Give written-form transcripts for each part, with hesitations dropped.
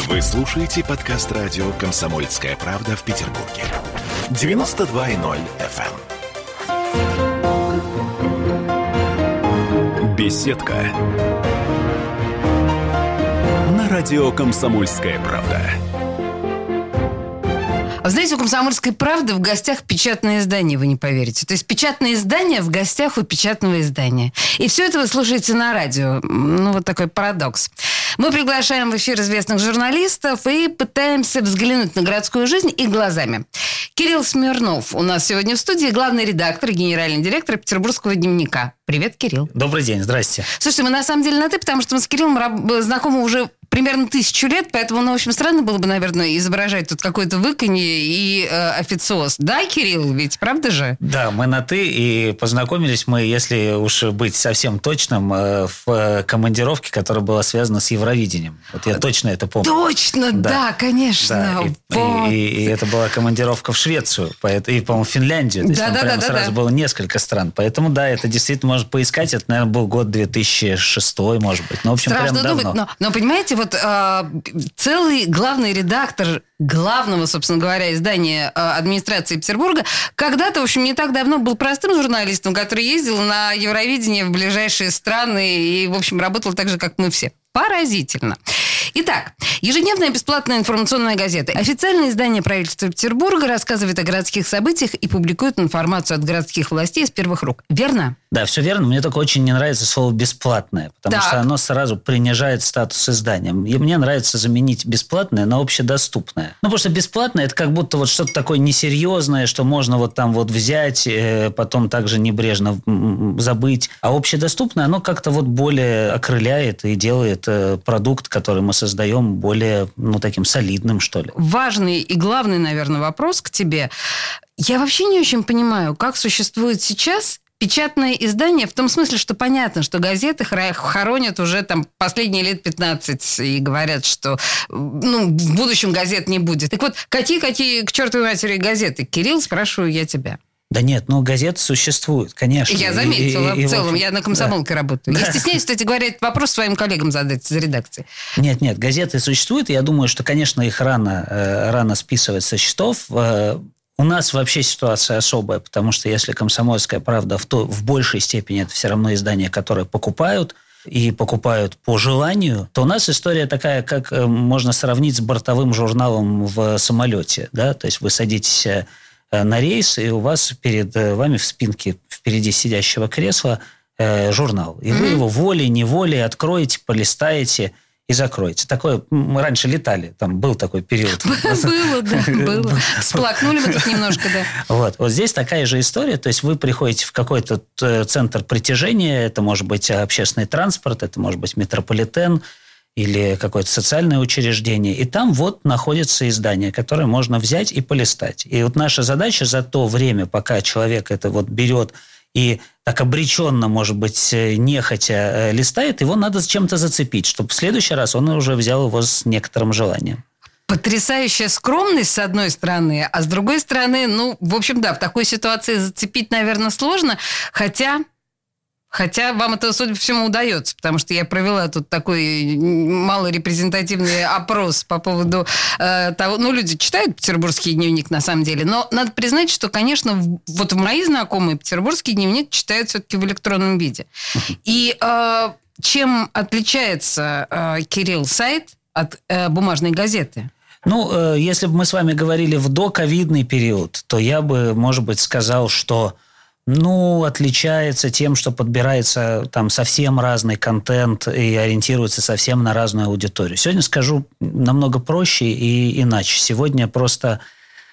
Вы слушаете подкаст радио «Комсомольская правда» в Петербурге. 92.0 FM. Беседка. На радио «Комсомольская правда». Знаете, у «Комсомольской правды» в гостях печатное издание, вы не поверите. То есть печатное издание в гостях у печатного издания. И все это вы слушаете на радио. Ну, вот такой парадокс. Мы приглашаем в эфир известных журналистов и пытаемся взглянуть на городскую жизнь их глазами. Кирилл Смирнов у нас сегодня в студии, главный редактор и генеральный директор «Петербургского дневника». Привет, Кирилл. Добрый день, здрасте. Слушайте, мы на самом деле на «ты», потому что мы с Кириллом знакомы уже примерно 1000 лет, поэтому, ну, в общем, странно было бы, наверное, изображать тут какое-то выканье и официоз. Да, Кирилл, ведь правда же? Да, мы на «ты», и познакомились мы, если уж быть совсем точным, в командировке, которая была связана с Евровидением. Вот я точно это помню. Точно, да, конечно. Да. Вот. И это была командировка в Швецию, и, по-моему, в Финляндию. То есть там сразу было несколько стран. Поэтому, да, это действительно можно поискать. Это, наверное, был год 2006, может быть. Ну, в общем, страшно прям думать, давно. Но понимаете, вот целый главный редактор главного, собственно говоря, издания администрации Петербурга когда-то, в общем, не так давно был простым журналистом, который ездил на Евровидение в ближайшие страны и, в общем, работал так же, как мы все. Поразительно. Итак, ежедневная бесплатная информационная газета. Официальное издание правительства Петербурга рассказывает о городских событиях и публикует информацию от городских властей из первых рук. Верно? Да, все верно. Мне только очень не нравится слово «бесплатное», потому что оно сразу принижает статус издания. И мне нравится заменить бесплатное на общедоступное. Ну, потому что бесплатное – это как будто вот что-то такое несерьезное, что можно вот там вот взять, потом также небрежно забыть. А общедоступное, оно как-то вот более окрыляет и делает продукт, который мы создаем, более, ну, таким солидным, что ли. Важный и главный, наверное, вопрос к тебе. Я вообще не очень понимаю, как существует сейчас печатное издание, в том смысле, что понятно, что газеты хоронят уже там последние лет 15 и говорят, что в будущем газет не будет. Так вот, какие к чертовой матери газеты? Кирилл, спрашиваю я тебя. Да нет, газеты существуют, конечно. Я заметила, в целом, я на «Комсомолке» работаю. Я стесняюсь, кстати говоря, этот вопрос своим коллегам задать за редакцией. Нет, газеты существуют, и я думаю, что, конечно, их рано списывать со счетов. У нас вообще ситуация особая, потому что если «Комсомольская правда» в большей степени это все равно издание, которое покупают, и покупают по желанию, то у нас история такая, как можно сравнить с бортовым журналом в самолете. Да? То есть вы садитесь на рейс, и у вас перед вами в спинке впереди сидящего кресла журнал. И вы его волей-неволей откроете, полистаете и закроете. Такое мы раньше летали, там был такой период. Было. Всплакнули мы тут немножко, да. Вот здесь такая же история, то есть вы приходите в какой-то центр притяжения, это может быть общественный транспорт, это может быть метрополитен, или какое-то социальное учреждение, и там вот находится издание, которое можно взять и полистать. И вот наша задача за то время, пока человек это вот берет и так обреченно, может быть, нехотя листает, его надо чем-то зацепить, чтобы в следующий раз он уже взял его с некоторым желанием. Потрясающая скромность, с одной стороны, а с другой стороны, в общем, да, в такой ситуации зацепить, наверное, сложно, Хотя вам это, судя по всему, удается, потому что я провела тут такой малорепрезентативный опрос по поводу того... люди читают «Петербургский дневник», на самом деле, но надо признать, что, конечно, вот мои знакомые «Петербургский дневник» читают все-таки в электронном виде. И чем отличается, Кирилл, сайт от бумажной газеты? Если бы мы с вами говорили в доковидный период, то я бы, может быть, сказал, что отличается тем, что подбирается там совсем разный контент и ориентируется совсем на разную аудиторию. Сегодня скажу намного проще и иначе. Сегодня просто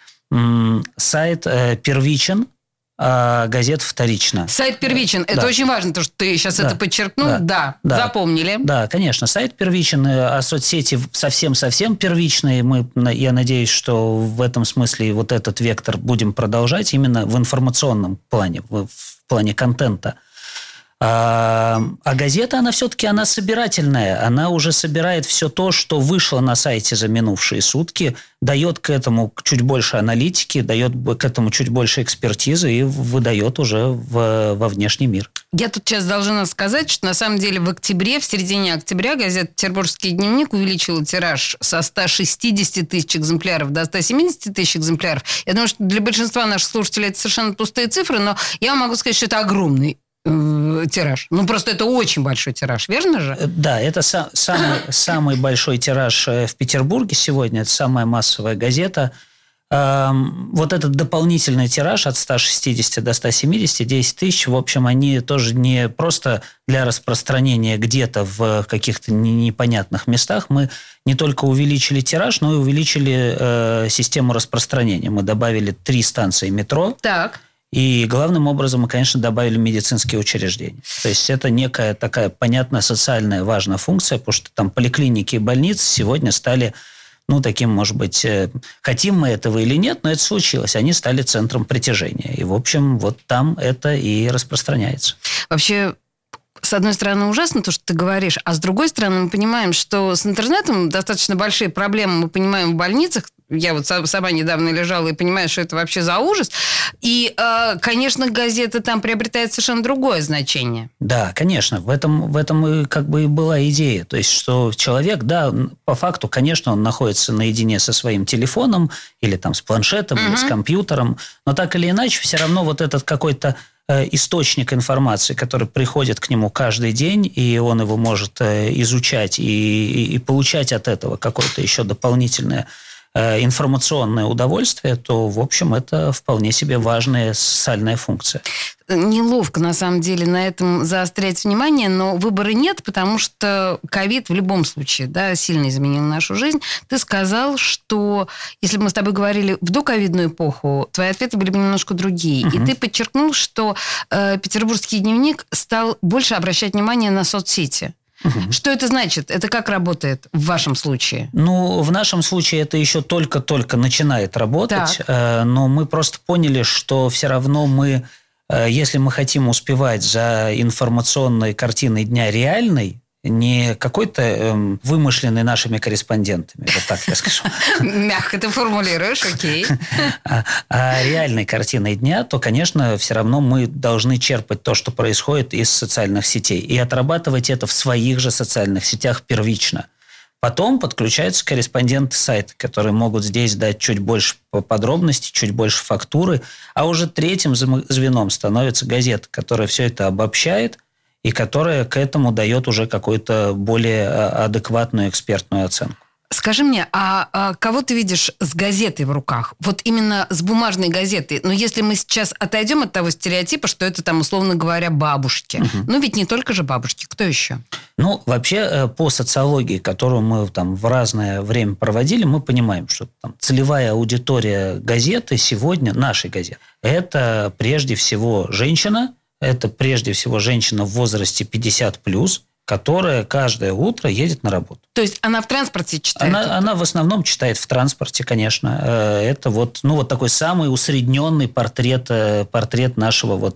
сайт первичен, а газета вторична. Сайт первичен. Это очень важно, то, что ты сейчас это подчеркнул. Да, запомнили. Да, конечно, сайт первичен, а соцсети совсем-совсем первичные. Я надеюсь, что в этом смысле вот этот вектор будем продолжать именно в информационном плане, в плане контента. А газета, она все-таки она собирательная. Она уже собирает все то, что вышло на сайте за минувшие сутки, дает к этому чуть больше аналитики, дает к этому чуть больше экспертизы и выдает уже во внешний мир. Я тут сейчас должна сказать, что на самом деле в середине октября газета «Петербургский дневник» увеличила тираж со 160 тысяч экземпляров до 170 тысяч экземпляров. Я думаю, что для большинства наших слушателей это совершенно пустые цифры, но я могу сказать, что это огромный тираж. Ну, просто это очень большой тираж, верно же? Да, это самый большой тираж в Петербурге сегодня. Это самая массовая газета. Вот этот дополнительный тираж от 160 до 170, 10 тысяч, в общем, они тоже не просто для распространения где-то в каких-то непонятных местах. Мы не только увеличили тираж, но и увеличили систему распространения. Мы добавили 3 станции метро. Так. И главным образом мы, конечно, добавили медицинские учреждения. То есть это некая такая понятная социальная важная функция, потому что там поликлиники и больницы сегодня стали, таким, может быть, хотим мы этого или нет, но это случилось. Они стали центром притяжения. И, в общем, вот там это и распространяется. Вообще, с одной стороны, ужасно то, что ты говоришь, а с другой стороны, мы понимаем, что с интернетом достаточно большие проблемы мы понимаем в больницах. Я вот сама недавно лежала и понимаю, что это вообще за ужас. И, конечно, газета там приобретает совершенно другое значение. Да, конечно. В этом и как бы и была идея. То есть, что человек, да, по факту, конечно, он находится наедине со своим телефоном или там с планшетом, или с компьютером, но так или иначе, все равно вот этот какой-то источник информации, который приходит к нему каждый день, и он его может изучать и получать от этого какое-то еще дополнительное информационное удовольствие, то, в общем, это вполне себе важная социальная функция. Неловко, на самом деле, на этом заострять внимание, но выбора нет, потому что ковид в любом случае, да, сильно изменил нашу жизнь. Ты сказал, что если бы мы с тобой говорили в доковидную эпоху, твои ответы были бы немножко другие. И ты подчеркнул, что «Петербургский дневник» стал больше обращать внимание на соцсети. Что это значит? Это как работает в вашем случае? В нашем случае это еще только-только начинает работать, но мы просто поняли, что все равно мы, если мы хотим успевать за информационной картиной дня реальной, не какой-то вымышленный нашими корреспондентами, вот так я скажу. Мягко ты формулируешь, окей. А реальной картиной дня, то, конечно, все равно мы должны черпать то, что происходит из социальных сетей, и отрабатывать это в своих же социальных сетях первично. Потом подключаются корреспонденты сайта, которые могут здесь дать чуть больше подробностей, чуть больше фактуры, а уже третьим звеном становится газета, которая все это обобщает, и которая к этому дает уже какую-то более адекватную экспертную оценку. Скажи мне, а кого ты видишь с газетой в руках? Вот именно с бумажной газетой. Но если мы сейчас отойдем от того стереотипа, что это там, условно говоря, бабушки. Ну, ведь не только же бабушки. Кто еще? Вообще, по социологии, которую мы там в разное время проводили, мы понимаем, что там целевая аудитория газеты сегодня, нашей газеты, это прежде всего женщина, это прежде всего женщина в возрасте 50+, которая каждое утро едет на работу. То есть она в транспорте читает? Она в основном читает в транспорте, конечно. Это вот такой самый усредненный портрет нашего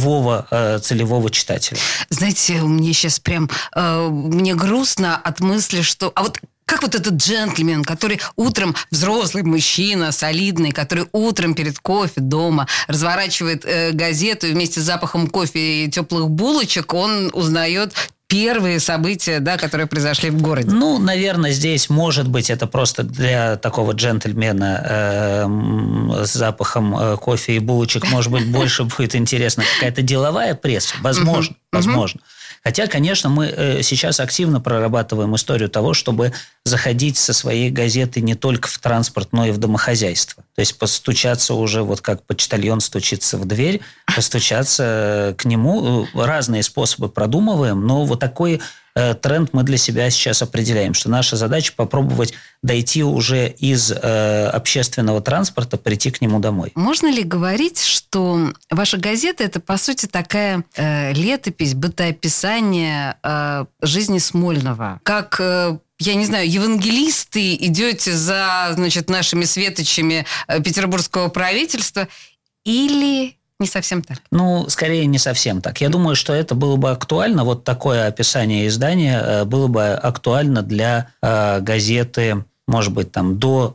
целевого читателя. Знаете, мне сейчас прям мне грустно от мысли, что... А вот как вот этот джентльмен, который утром, взрослый мужчина, солидный, который утром перед кофе дома разворачивает газету, и вместе с запахом кофе и теплых булочек он узнает первые события, да, которые произошли в городе. Наверное, здесь, может быть, это просто для такого джентльмена с запахом кофе и булочек, может быть, больше будет интересна какая-то деловая пресса. Возможно. Хотя, конечно, мы сейчас активно прорабатываем историю того, чтобы заходить со своей газеты не только в транспорт, но и в домохозяйство. То есть постучаться уже, вот как почтальон стучится в дверь, постучаться к нему. Разные способы продумываем, но вот такой тренд мы для себя сейчас определяем, что наша задача попробовать дойти уже из общественного транспорта, прийти к нему домой. Можно ли говорить, что ваша газета – это, по сути, такая летопись, бытоописание жизни Смольного? Как... я не знаю, евангелисты, идете за, нашими светочами петербургского правительства, или Не совсем так. Ну, скорее, не совсем так. Я думаю, что это было бы актуально, вот такое описание издания было бы актуально для газеты, может быть, там до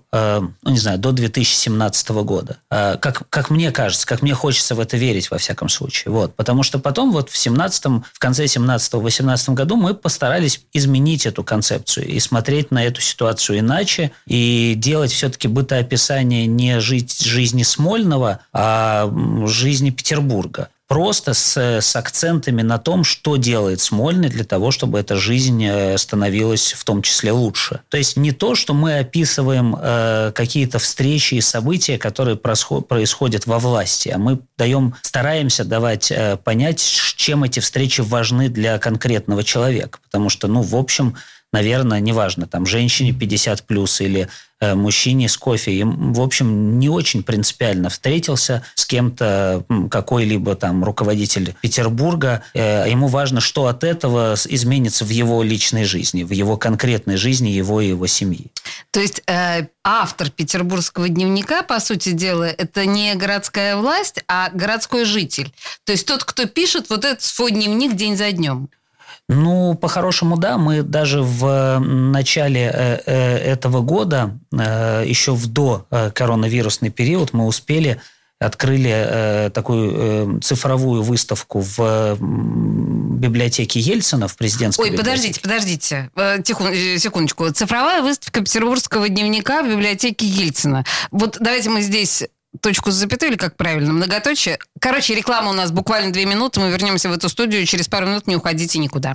2017 года. Как мне кажется, как мне хочется в это верить, во всяком случае. Вот. Потому что потом вот в конце 17-18 году мы постарались изменить эту концепцию и смотреть на эту ситуацию иначе, и делать все-таки бытоописание не жизни Смольного, а жизни Петербурга. Просто с акцентами на том, что делает Смольный для того, чтобы эта жизнь становилась в том числе лучше. То есть не то, что мы описываем какие-то встречи и события, которые происходят во власти, а мы стараемся давать понять, чем эти встречи важны для конкретного человека. Потому что, в общем, наверное, неважно, там, женщине 50+ или мужчине с кофе, им, в общем, не очень принципиально встретился с кем-то, какой-либо там руководитель Петербурга. Ему важно, что от этого изменится в его личной жизни, в его конкретной жизни его и его семьи. То есть автор Петербургского дневника, по сути дела, это не городская власть, а городской житель. То есть тот, кто пишет вот этот свой дневник день за днем. По-хорошему, да. Мы даже в начале этого года, еще в докоронавирусный период, мы открыли такую цифровую выставку в библиотеке Ельцина, в президентской библиотеке. Подождите. Секундочку. Цифровая выставка Петербургского дневника в библиотеке Ельцина. Вот давайте мы здесь... точку с запятой, или как правильно, многоточие. Короче, реклама у нас буквально 2 минуты. Мы вернемся в эту студию. Через пару минут не уходите никуда.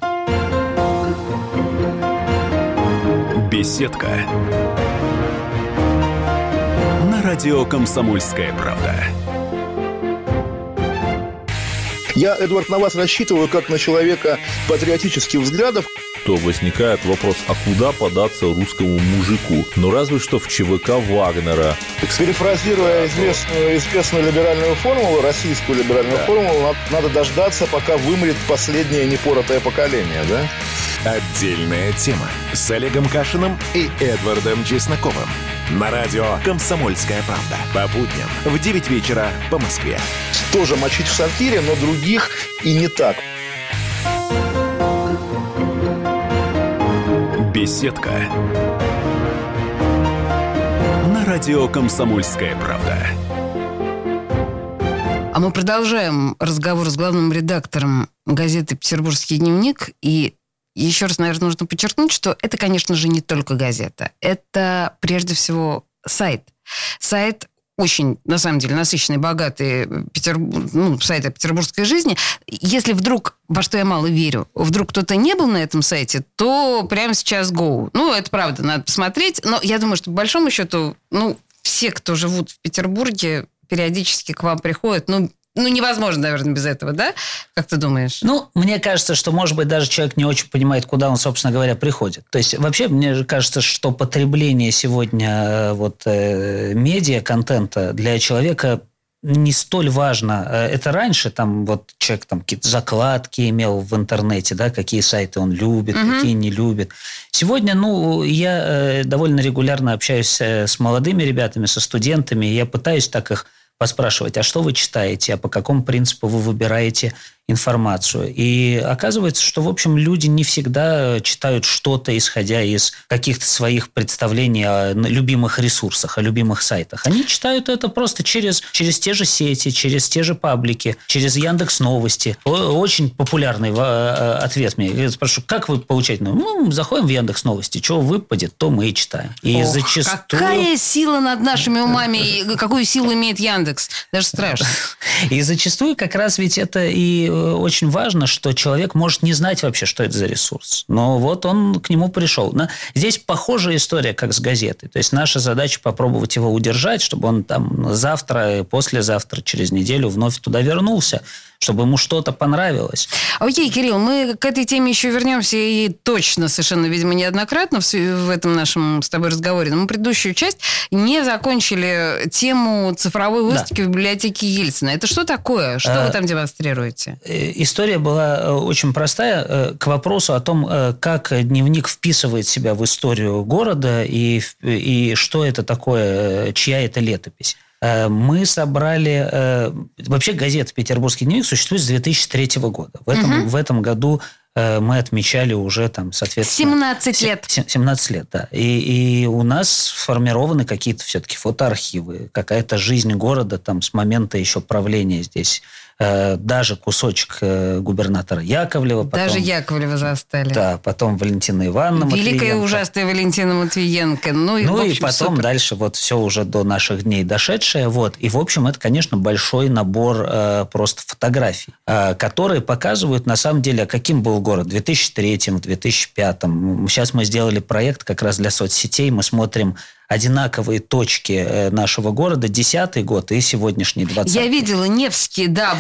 Беседка. На радио «Комсомольская правда». Я, Эдвард, на вас рассчитываю как на человека патриотических взглядов. То возникает вопрос, а куда податься русскому мужику? Разве что в ЧВК Вагнера. Перефразируя известную либеральную формулу, российскую либеральную формулу, надо дождаться, пока вымрет последнее непоротое поколение, да? Отдельная тема с Олегом Кашиным и Эдвардом Чесноковым. На радио «Комсомольская правда». По будням в 9 вечера по Москве. Тоже мочить в сортире, но других и не так. Беседка. На радио «Комсомольская правда». А мы продолжаем разговор с главным редактором газеты «Петербургский дневник». И еще раз, наверное, нужно подчеркнуть, что это, конечно же, не только газета. Это, прежде всего, сайт. Сайт очень, на самом деле, насыщенный, богатый сайт о петербургской жизни. Если вдруг, во что я мало верю, вдруг кто-то не был на этом сайте, то прямо сейчас go. Это правда, надо посмотреть. Но я думаю, что по большому счету, все, кто живут в Петербурге, периодически к вам приходят. Невозможно, наверное, без этого, да? Как ты думаешь? Мне кажется, что, может быть, даже человек не очень понимает, куда он, собственно говоря, приходит. То есть, вообще, мне кажется, что потребление сегодня медиа, контента для человека не столь важно. Это раньше человек какие-то закладки имел в интернете, да, какие сайты он любит, какие не любит. Сегодня, я довольно регулярно общаюсь с молодыми ребятами, со студентами, и я пытаюсь так их поспрашивать, а что вы читаете, а по какому принципу вы выбираете информацию. И оказывается, что, в общем, люди не всегда читают что-то, исходя из каких-то своих представлений о любимых ресурсах, о любимых сайтах. Они читают это просто через те же сети, через те же паблики, через Яндекс.Новости. Очень популярный ответ мне. Я спрашиваю, как вы получаете? Заходим в Яндекс.Новости, что выпадет, то мы и читаем. И зачастую... Какая сила над нашими умами, какую силу имеет Яндекс? Даже страшно. И зачастую как раз ведь это и очень важно, что человек может не знать вообще, что это за ресурс. Но вот он к нему пришел. Здесь похожая история, как с газетой. То есть наша задача попробовать его удержать, чтобы он завтра, послезавтра, через неделю вновь туда вернулся, чтобы ему что-то понравилось. Окей, Кирилл, мы к этой теме еще вернемся и точно совершенно, видимо, неоднократно в этом нашем с тобой разговоре. Но мы предыдущую часть не закончили тему цифровой выставки в библиотеке Ельцина. Это что такое? Что вы там демонстрируете? История была очень простая. К вопросу о том, как дневник вписывает себя в историю города и что это такое, чья это летопись. Мы собрали... Вообще газета «Петербургский дневник» существует с 2003 года. В этом году мы отмечали уже, там, соответственно... 17 лет. 17 лет, да. И у нас сформированы какие-то все-таки фотоархивы, какая-то жизнь города там с момента еще правления здесь. Даже кусочек губернатора Яковлева. Потом, даже Яковлева застали. Да, потом Валентина Ивановна Великая Матвиенко. ужасная Валентина Матвиенко. Ну и потом супер. дальше вот все уже до наших дней дошедшее. Вот. И, в общем, это, конечно, большой набор просто фотографий, которые показывают, на самом деле, каким был город в 2003, в 2005. Сейчас мы сделали проект как раз для соцсетей. Мы смотрим одинаковые точки нашего города, 10-й год и сегодняшний 20-й. Я видела Невский, да,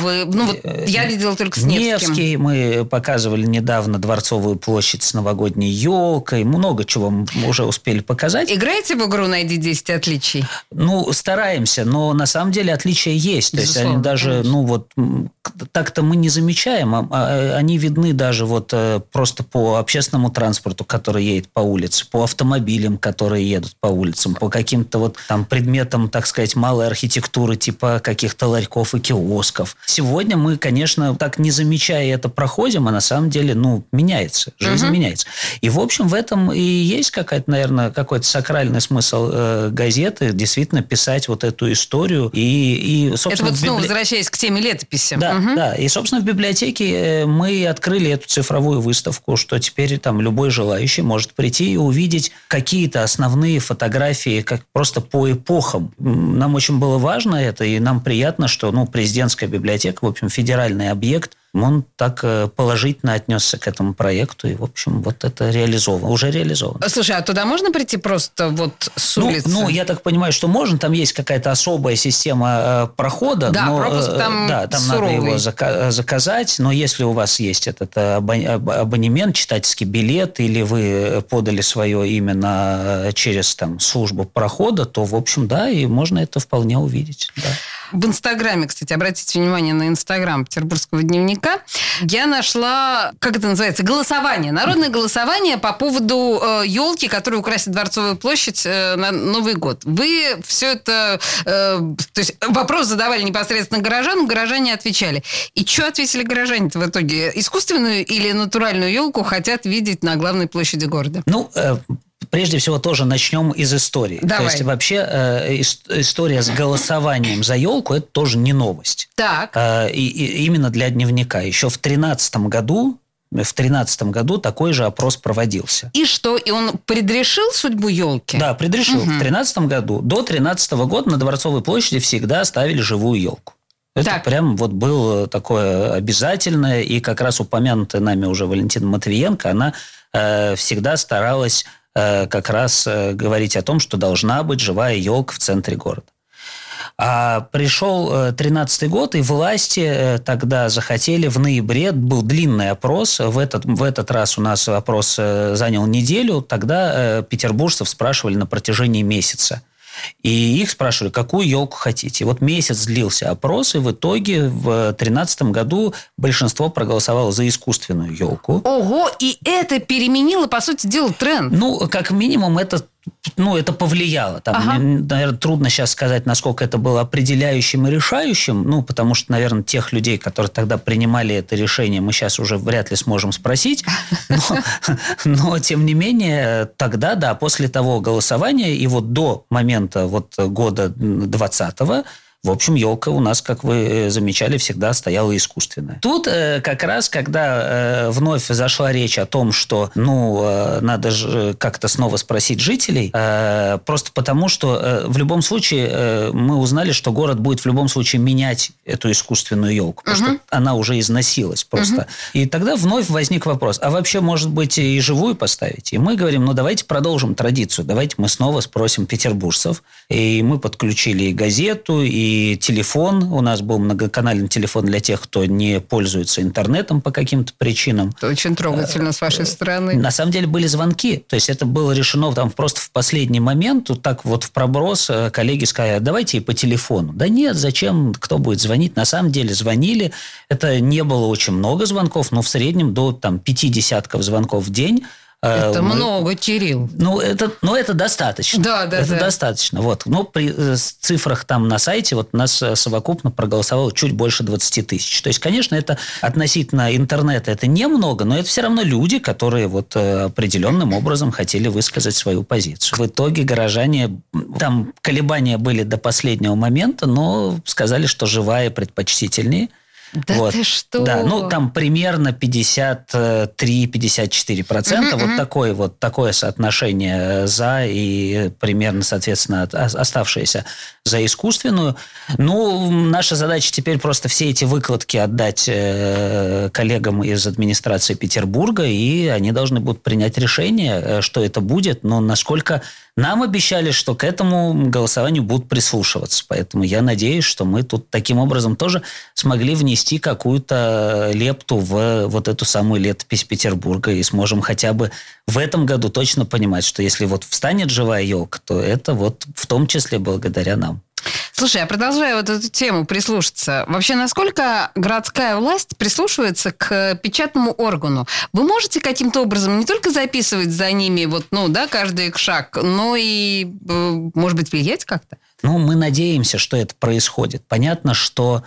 я видела только с Невским. Невский, мы показывали недавно Дворцовую площадь с новогодней елкой, много чего мы уже успели показать. Играете в игру «Найди 10 отличий»? Ну, стараемся, но на самом деле отличия есть. Безусловно, то есть они даже, так-то мы не замечаем, они видны даже просто по общественному транспорту, который едет по улице, по автомобилям, которые едут по улице, по каким-то там предметам, так сказать, малой архитектуры, типа каких-то ларьков и киосков. Сегодня мы, конечно, так не замечая это, проходим, а на самом деле, меняется. Жизнь меняется. И, в общем, в этом и есть какой-то сакральный смысл газеты, действительно писать вот эту историю. И собственно, это снова возвращаясь к теме летописи. Да, да. И, собственно, в библиотеке мы открыли эту цифровую выставку, что теперь там любой желающий может прийти и увидеть какие-то основные фотографии, как просто по эпохам. Нам очень было важно это, и нам приятно, что президентская библиотека, в общем, федеральный объект, он так положительно отнесся к этому проекту, и, в общем, это уже реализовано. Слушай, а туда можно прийти просто с улицы? Я так понимаю, что можно, там есть какая-то особая система прохода, да, но пропуск там надо его заказать, но если у вас есть этот абонемент, читательский билет, или вы подали свое имя через службу прохода, то, в общем, да, и можно это вполне увидеть, да. В Инстаграме, кстати, обратите внимание на Инстаграм Петербургского дневника, я нашла, как это называется, голосование, народное голосование по поводу елки, которая украсит Дворцовую площадь на Новый год. Вы все это... то есть вопрос задавали непосредственно горожанам, горожане отвечали. И что ответили горожане-то в итоге? Искусственную или натуральную елку хотят видеть на главной площади города? Прежде всего, тоже начнем из истории. Давай. То есть, вообще, история с голосованием за елку – это тоже не новость. Так. И именно для дневника. Еще в 2013 году такой же опрос проводился. И что? И он предрешил судьбу елки? Да, предрешил. В 2013 году. До 2013 года на Дворцовой площади всегда ставили живую елку. Это прям было такое обязательное. И как раз упомянутая нами уже Валентина Матвиенко, она всегда старалась как раз говорить о том, что должна быть живая елка в центре города. А пришел 2013 год, и власти тогда захотели в ноябре, был длинный опрос, в этот раз у нас опрос занял неделю, тогда петербуржцев спрашивали на протяжении месяца. И их спрашивали, какую елку хотите. И месяц длился опрос, и в итоге в 2013 году большинство проголосовало за искусственную елку. Ого, и это переменило, по сути дела, тренд. Как минимум, это повлияло. Наверное, трудно сейчас сказать, насколько это было определяющим и решающим, потому что, наверное, тех людей, которые тогда принимали это решение, мы сейчас уже вряд ли сможем спросить. Но тем не менее, тогда, да, после того голосования и до момента года 2020-го, в общем, елка у нас, как вы замечали, всегда стояла искусственная. Тут как раз, когда вновь зашла речь о том, что надо же как-то снова спросить жителей, просто потому, что в любом случае мы узнали, что город будет в любом случае менять эту искусственную елку, потому что она уже износилась просто. И тогда вновь возник вопрос, а вообще, может быть, и живую поставить? И мы говорим, давайте продолжим традицию, давайте мы снова спросим петербуржцев. И мы подключили и газету, и телефон. У нас был многоканальный телефон для тех, кто не пользуется интернетом по каким-то причинам. Это очень трогательно с вашей стороны. На самом деле были звонки. То есть это было решено просто в последний момент. Так в проброс коллеги сказали, давайте и по телефону. Да нет, зачем? Кто будет звонить? На самом деле звонили. Это не было очень много звонков, но в среднем до 50 звонков в день. Это много, Кирилл. Это достаточно. Да. Достаточно. Вот. Но при цифрах там на сайте вот у нас совокупно проголосовало чуть больше 20 тысяч. То есть, конечно, это относительно интернета это немного, но это все равно люди, которые вот определенным образом хотели высказать свою позицию. В итоге горожане, там колебания были до последнего момента, но сказали, что живая предпочтительнее. Да вот. Ты что? Да, там примерно 53-54%. Вот такое соотношение за и примерно, соответственно, оставшееся за искусственную. Наша задача теперь просто все эти выкладки отдать коллегам из администрации Петербурга, и они должны будут принять решение, что это будет. Но насколько нам обещали, что к этому голосованию будут прислушиваться. Поэтому я надеюсь, что мы тут таким образом тоже смогли внести какую-то лепту в вот эту самую летопись Петербурга и сможем хотя бы в этом году точно понимать, что если вот встанет живая елка, то это вот в том числе благодаря нам. Слушай, я продолжаю вот эту тему прислушаться. Вообще, насколько городская власть прислушивается к печатному органу? Вы можете каким-то образом не только записывать за ними каждый их шаг, но и, может быть, влиять как-то? Мы надеемся, что это происходит. Понятно, что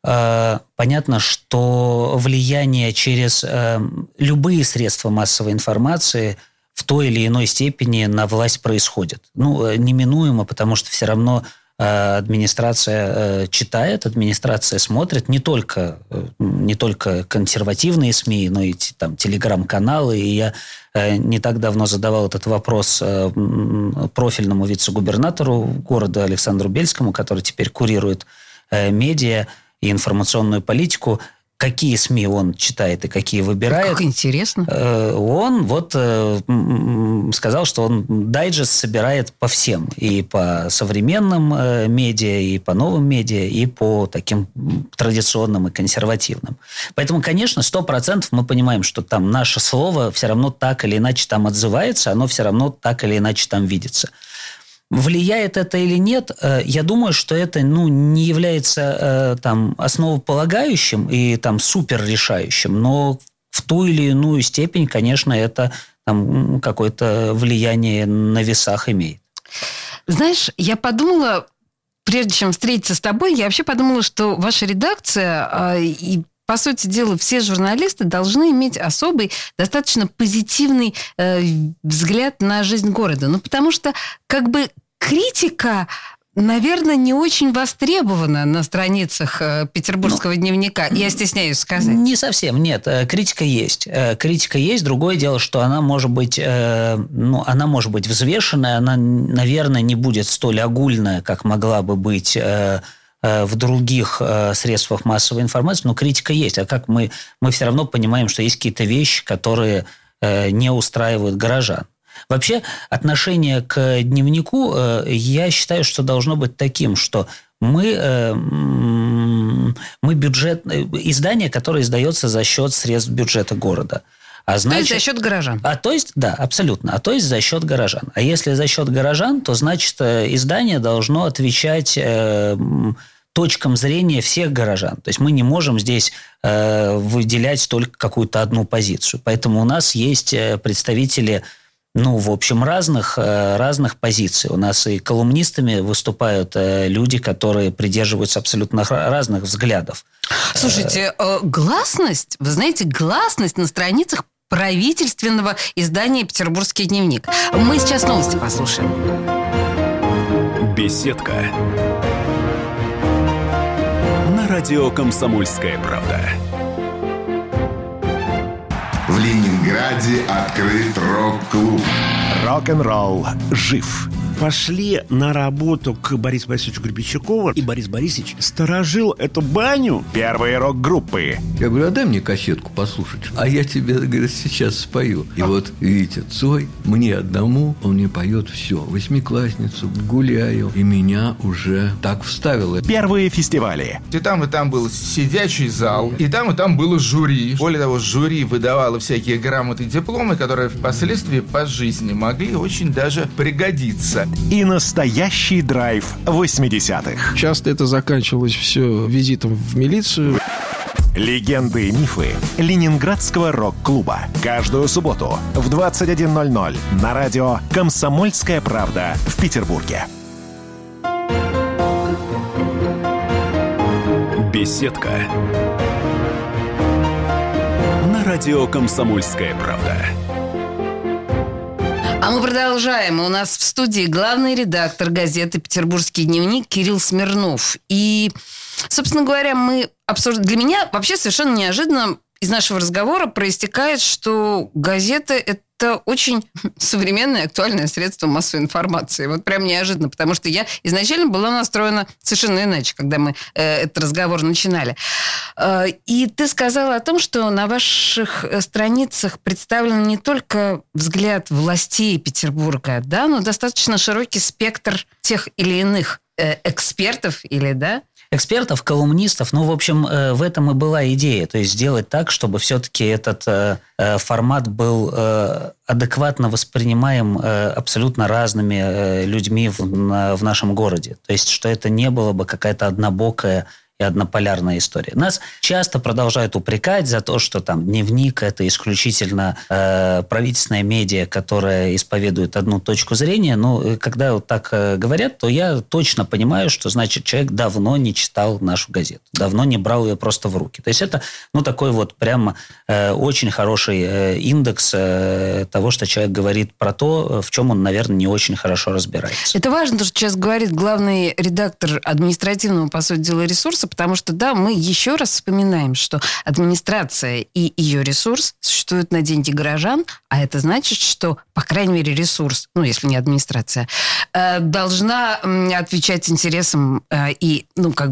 влияние через любые средства массовой информации в той или иной степени на власть происходит. Неминуемо, потому что все равно администрация читает, администрация смотрит не только консервативные СМИ, но и телеграм-каналы. И я не так давно задавал этот вопрос профильному вице-губернатору города Александру Бельскому, который теперь курирует медиа и информационную политику. Какие СМИ он читает и какие выбирает. Как интересно. Он сказал, что он дайджест собирает по всем. И по современным медиа, и по новым медиа, и по таким традиционным и консервативным. Поэтому, конечно, 100% мы понимаем, что там наше слово все равно так или иначе там отзывается, оно все равно так или иначе там видится. Влияет это или нет, я думаю, что это не является основополагающим и суперрешающим, но в ту или иную степень, конечно, это какое-то влияние на весах имеет. Знаешь, я подумала, прежде чем встретиться с тобой, я вообще подумала, что ваша редакция и по сути дела, все журналисты должны иметь особый, достаточно позитивный взгляд на жизнь города. Потому что критика, наверное, не очень востребована на страницах Петербургского дневника. Я стесняюсь сказать. Не совсем, нет. Критика есть. Критика есть. Другое дело, что она может быть взвешенная, она, наверное, не будет столь огульная, как могла бы быть в других средствах массовой информации, но критика есть. А как мы все равно понимаем, что есть какие-то вещи, которые не устраивают горожан. Вообще, отношение к дневнику, я считаю, что должно быть таким, что мы издание, которое издается за счет средств бюджета города. То есть за счет горожан. Да, абсолютно. То есть за счет горожан. А если за счет горожан, то значит издание должно отвечать точкам зрения всех горожан. То есть мы не можем здесь выделять только какую-то одну позицию. Поэтому у нас есть представители, разных позиций. У нас и колумнистами выступают люди, которые придерживаются абсолютно разных взглядов. Слушайте, гласность, вы знаете, гласность на страницах правительственного издания «Петербургский дневник». Мы сейчас новости послушаем. Беседка. На радио «Комсомольская правда». В Ленинграде открыт рок-клуб. Рок-н-ролл жив. Пошли на работу к Борису Борисовичу Гребенщикову, и Борис Борисович сторожил эту баню. Первые рок-группы. Я говорю, а дай мне кассетку послушать. А я тебе, говорит, сейчас спою. И вот, видите, Цой, мне одному, он мне поет все. Восьмиклассницу, гуляю. И меня уже так вставило. Первые фестивали. И там был сидячий зал, и там было жюри. Более того, жюри выдавало всякие грамоты и дипломы, которые впоследствии по жизни могли очень даже пригодиться. И настоящий драйв 80-х. Часто это заканчивалось все визитом в милицию. Легенды и мифы Ленинградского рок-клуба. Каждую субботу в 21:00 на радио «Комсомольская правда» в Петербурге. Беседка. На радио «Комсомольская правда». А мы продолжаем. У нас в студии главный редактор газеты «Петербургский дневник» Кирилл Смирнов. И, собственно говоря, мы обсуждаем... Для меня вообще совершенно неожиданно из нашего разговора проистекает, что газета – это очень современное, актуальное средство массовой информации. Вот прям неожиданно, потому что я изначально была настроена совершенно иначе, когда мы этот разговор начинали. И ты сказала о том, что на ваших страницах представлен не только взгляд властей Петербурга, да, но достаточно широкий спектр тех или иных экспертов, или, да? Экспертов, колумнистов, в общем, в этом и была идея. То есть сделать так, чтобы все-таки этот формат был адекватно воспринимаем абсолютно разными людьми в нашем городе. То есть, что это не было бы какая-то однобокая и однополярная история. Нас часто продолжают упрекать за то, что там «Дневник» — это исключительно правительственная медиа, которая исповедует одну точку зрения. Но когда вот так говорят, то я точно понимаю, что, значит, человек давно не читал нашу газету, давно не брал ее просто в руки. То есть это, такой вот прямо очень хороший индекс того, что человек говорит про то, в чем он, наверное, не очень хорошо разбирается. Это важно, то, что сейчас говорит главный редактор административного, по сути дела, ресурса, потому что, да, мы еще раз вспоминаем, что администрация и ее ресурс существуют на деньги горожан, а это значит, что, по крайней мере, ресурс, если не администрация, должна отвечать интересам и,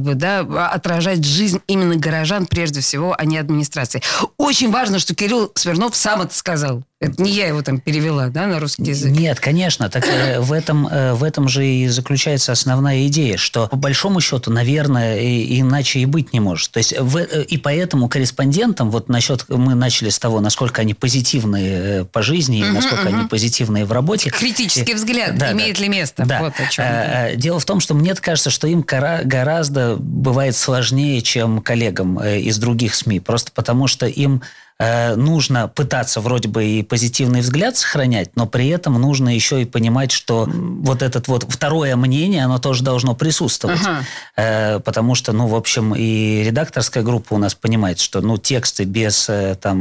отражать жизнь именно горожан прежде всего, а не администрации. Очень важно, что Кирилл Смирнов сам это сказал. Это не я его там перевела, да, на русский язык? Нет, конечно. Так в этом же и заключается основная идея, что по большому счету, наверное, иначе и быть не может. То есть и поэтому корреспондентам, мы начали с того, насколько они позитивные по жизни, насколько они позитивные в работе. Критический взгляд, имеет ли место? Да. Вот о чем. Дело в том, что мне кажется, что им гораздо бывает сложнее, чем коллегам из других СМИ. Просто потому, что им нужно пытаться вроде бы и позитивный взгляд сохранять, но при этом нужно еще и понимать, что вот это второе мнение, оно тоже должно присутствовать. Потому что, в общем, и редакторская группа у нас понимает, что, тексты без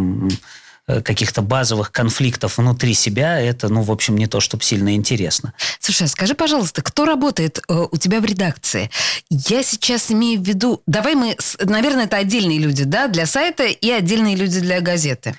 каких-то базовых конфликтов внутри себя, это, в общем, не то, чтобы сильно интересно. Слушай, скажи, пожалуйста, кто работает у тебя в редакции? Я сейчас имею в виду... Наверное, это отдельные люди, да, для сайта и отдельные люди для газеты.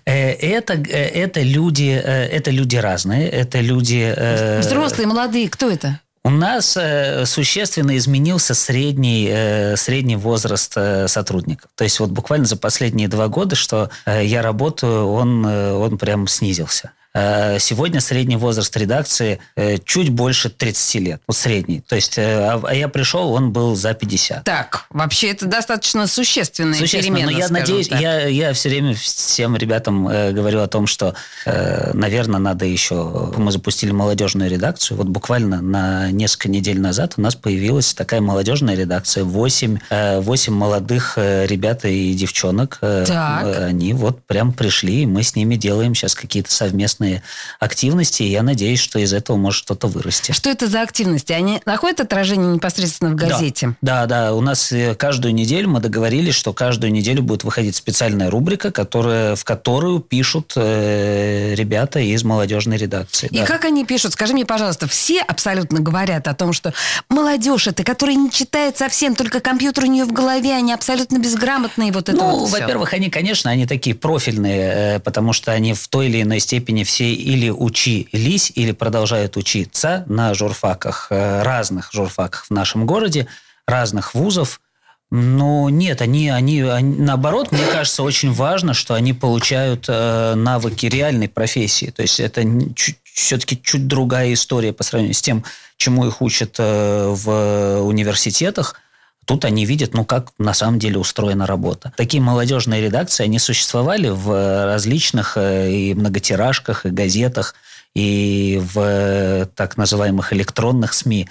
Это люди разные, это люди... Взрослые, молодые, кто это? У нас существенно изменился средний возраст сотрудников. То есть буквально за последние 2 года, что я работаю, он прям снизился. Сегодня средний возраст редакции чуть больше 30 лет. Средний. То есть, а я пришел, он был за 50. Так, вообще это достаточно существенная перемена. Но я надеюсь, я все время всем ребятам говорю о том, что, наверное, надо еще... Мы запустили молодежную редакцию. Буквально на несколько недель назад у нас появилась такая молодежная редакция. 8 молодых ребят и девчонок. Так. Они прям пришли, и мы с ними делаем сейчас какие-то совместные активности, и я надеюсь, что из этого может что-то вырасти. Что это за активности? Они находят отражение непосредственно в газете? Да. У нас каждую неделю мы договорились, что каждую неделю будет выходить специальная рубрика, в которую пишут ребята из молодежной редакции. И как они пишут? Скажи мне, пожалуйста, все абсолютно говорят о том, что молодежь это, которая не читает совсем, только компьютер у нее в голове, они абсолютно безграмотные, во-первых, они такие профильные, потому что они в той или иной степени все или учились, или продолжают учиться на журфаках, разных журфаках в нашем городе, разных вузов. Но нет, они наоборот, мне кажется, очень важно, что они получают навыки реальной профессии. То есть это все-таки чуть другая история по сравнению с тем, чему их учат в университетах. Тут они видят, как на самом деле устроена работа. Такие молодежные редакции, они существовали в различных и многотиражках, и газетах, и в так называемых электронных СМИ.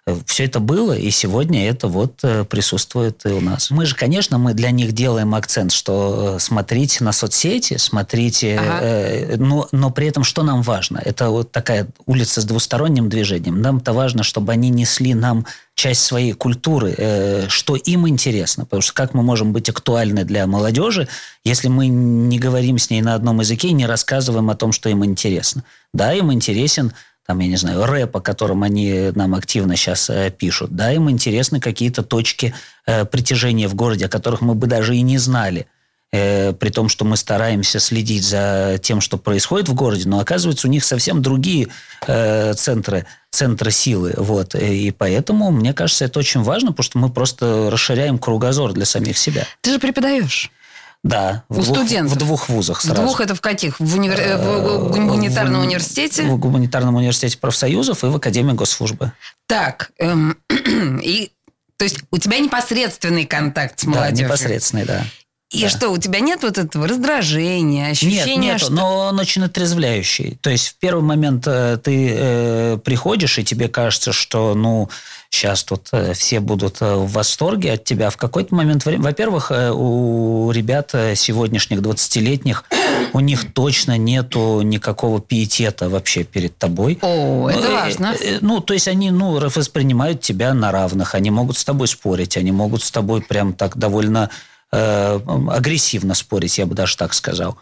Все это было, и сегодня это вот присутствует и у нас. Мы же, конечно, мы для них делаем акцент, что смотрите на соцсети, смотрите, но при этом что нам важно? Это вот такая улица с двусторонним движением. Нам-то важно, чтобы они несли нам часть своей культуры, что им интересно. Потому что как мы можем быть актуальны для молодежи, если мы не говорим с ней на одном языке и не рассказываем о том, что им интересно. Да, им интересен там, я не знаю, рэп, о котором они нам активно сейчас пишут. Да, им интересны какие-то точки притяжения в городе, о которых мы бы даже и не знали. При том, что мы стараемся следить за тем, что происходит в городе, но оказывается, у них совсем другие центры силы. Вот. И поэтому, мне кажется, это очень важно, потому что мы просто расширяем кругозор для самих себя. Ты же преподаешь. Да, у студентов. В 2 вузах сразу. В 2 это в каких? В гуманитарном университете? В гуманитарном университете профсоюзов и в Академии госслужбы. Так, и, то есть у тебя непосредственный контакт с молодежью? Да, непосредственный, да. И что, у тебя нет вот этого раздражения, ощущения? Нет, но он очень отрезвляющий. То есть в первый момент ты приходишь, и тебе кажется, что, сейчас тут все будут в восторге от тебя. В какой-то момент времени... Во-первых, у ребят сегодняшних 20-летних, у них точно нету никакого пиетета вообще перед тобой. Это важно. То есть они, воспринимают тебя на равных. Они могут с тобой спорить, они могут с тобой прям так довольно... агрессивно спорить, я бы даже так сказал.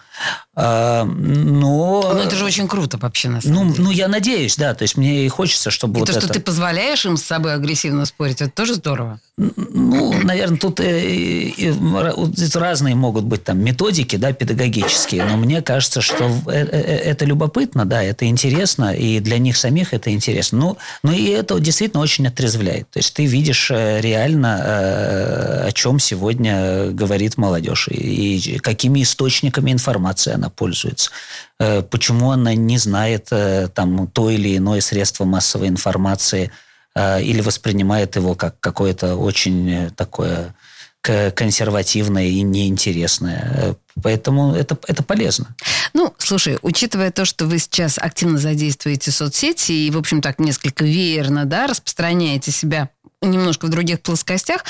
Но это же очень круто вообще, на самом деле. Я надеюсь, да. То есть мне и хочется, чтобы и то, что ты позволяешь им с собой агрессивно спорить, это тоже здорово. Наверное, тут разные могут быть там методики, да, педагогические, но мне кажется, что это любопытно, да, это интересно, и для них самих это интересно. И это действительно очень отрезвляет. То есть ты видишь реально, о чем сегодня говорит молодежь, и какими источниками информации она пользуется. Почему она не знает там то или иное средство массовой информации или воспринимает его как какое-то очень такое консервативное и неинтересное. Поэтому это полезно. Слушай, учитывая то, что вы сейчас активно задействуете соцсети и, в общем, так несколько веерно, да, распространяете себя немножко в других плоскостях,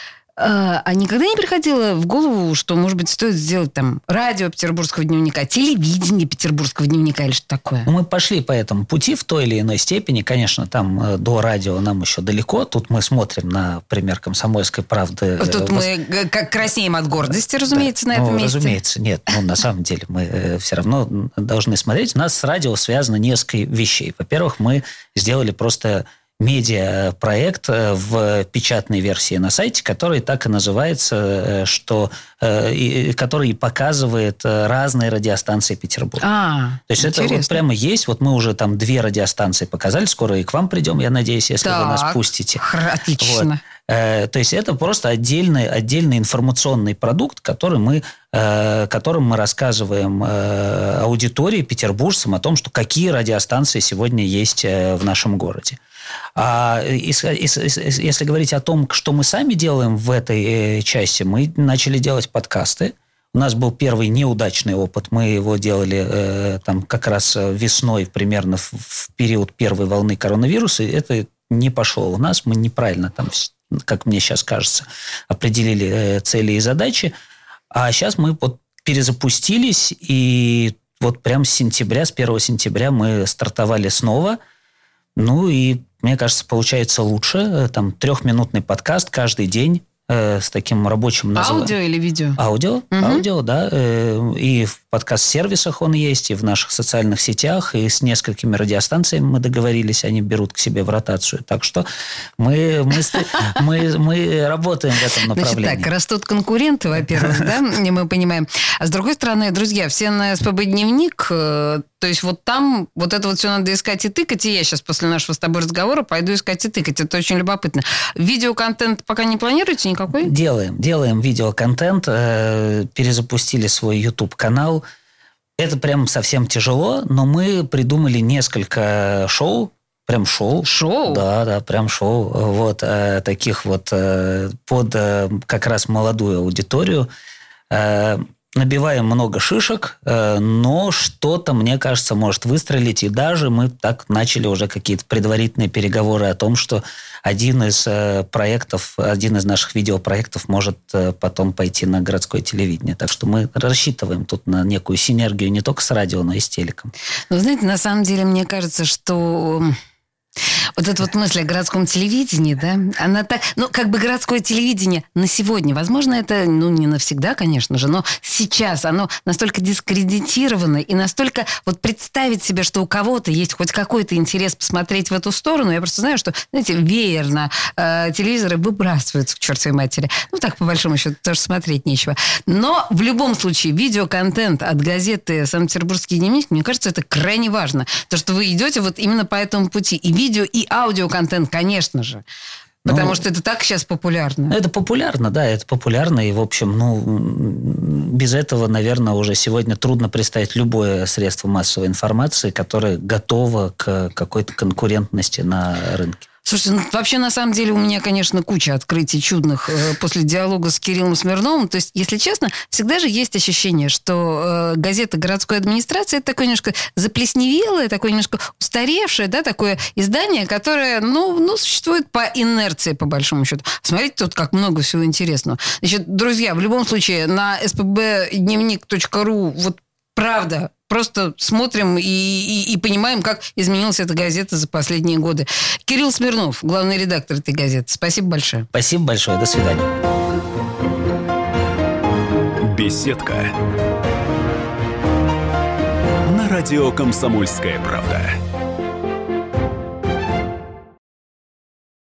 а никогда не приходило в голову, что, может быть, стоит сделать там радио Петербургского дневника, телевидение Петербургского дневника или что такое? Мы пошли по этому пути в той или иной степени. Конечно, там до радио нам еще далеко. Тут мы смотрим на пример «Комсомольской правды». Тут мы как краснеем от гордости, разумеется, на этом месте. Разумеется, нет. На самом деле мы все равно должны смотреть. У нас с радио связано несколько вещей. Во-первых, мы сделали просто... медиапроект в печатной версии на сайте, который так и называется, который показывает разные радиостанции Петербурга. То есть интересно. Это вот прямо есть. Вот мы уже там 2 радиостанции показали. Скоро и к вам придем, я надеюсь, если вы нас пустите. Отлично. Вот. То есть это просто отдельный информационный продукт, которым мы рассказываем аудитории, петербуржцам о том, что какие радиостанции сегодня есть в нашем городе. А если говорить о том, что мы сами делаем в этой части, мы начали делать подкасты. У нас был первый неудачный опыт. Мы его делали там как раз весной, примерно в период первой волны коронавируса. И это не пошло у нас. Мы неправильно там, как мне сейчас кажется, определили цели и задачи. А сейчас мы перезапустились, и вот прямо с 1 сентября мы стартовали снова. И мне кажется, получается лучше. Там 3-минутный подкаст каждый день с таким рабочим названием. Аудио или видео? Аудио, да. И в подкаст-сервисах он есть, и в наших социальных сетях, и с несколькими радиостанциями мы договорились, они берут к себе в ротацию. Так что мы работаем в этом направлении. Значит так, растут конкуренты, во-первых, да, мы понимаем. А с другой стороны, друзья, все на СПБ-дневник, то есть вот там вот это вот все надо искать и тыкать, и я сейчас после нашего с тобой разговора пойду искать и тыкать. Это очень любопытно. Видеоконтент пока не планируете никакой? Делаем видеоконтент, перезапустили свой YouTube-канал. Это прям совсем тяжело, но мы придумали несколько шоу. Прям шоу. Шоу? Да, прям шоу. Вот, таких вот под как раз молодую аудиторию. набиваем много шишек, но что-то, мне кажется, может выстрелить. И даже мы так начали уже какие-то предварительные переговоры о том, что один из наших видеопроектов может потом пойти на городское телевидение. Так что мы рассчитываем тут на некую синергию не только с радио, но и с телеком. Ну, знаете, на самом деле, мне кажется, что... Вот эта вот мысль о городском телевидении, да, она так... как бы городское телевидение на сегодня, возможно, это, не навсегда, конечно же, но сейчас оно настолько дискредитировано, и настолько вот представить себе, что у кого-то есть хоть какой-то интерес посмотреть в эту сторону, я просто знаю, что, знаете, веерно телевизоры выбрасываются к чертовой матери. Так, по большому счету, тоже смотреть нечего. Но в любом случае, видеоконтент от газеты «Санкт-Петербургский дневник», мне кажется, это крайне важно. То, что вы идете вот именно по этому пути. И видео, и аудиоконтент, конечно же. Потому что это так сейчас популярно. Это популярно, да, это популярно. И, в общем, без этого, наверное, уже сегодня трудно представить любое средство массовой информации, которое готово к какой-то конкурентности на рынке. Слушайте, вообще, на самом деле, у меня, конечно, куча открытий чудных после диалога с Кириллом Смирновым. То есть, если честно, всегда же есть ощущение, что газета городской администрации это такое немножко заплесневелое, такое немножко устаревшее, да, такое издание, которое, существует по инерции, по большому счету. Смотрите, тут как много всего интересного. Значит, друзья, в любом случае, на spbdnevnik.ru вот правда, просто смотрим и понимаем, как изменилась эта газета за последние годы. Кирилл Смирнов, главный редактор этой газеты. Спасибо большое. Спасибо большое. До свидания. Беседка. На радио «Комсомольская правда».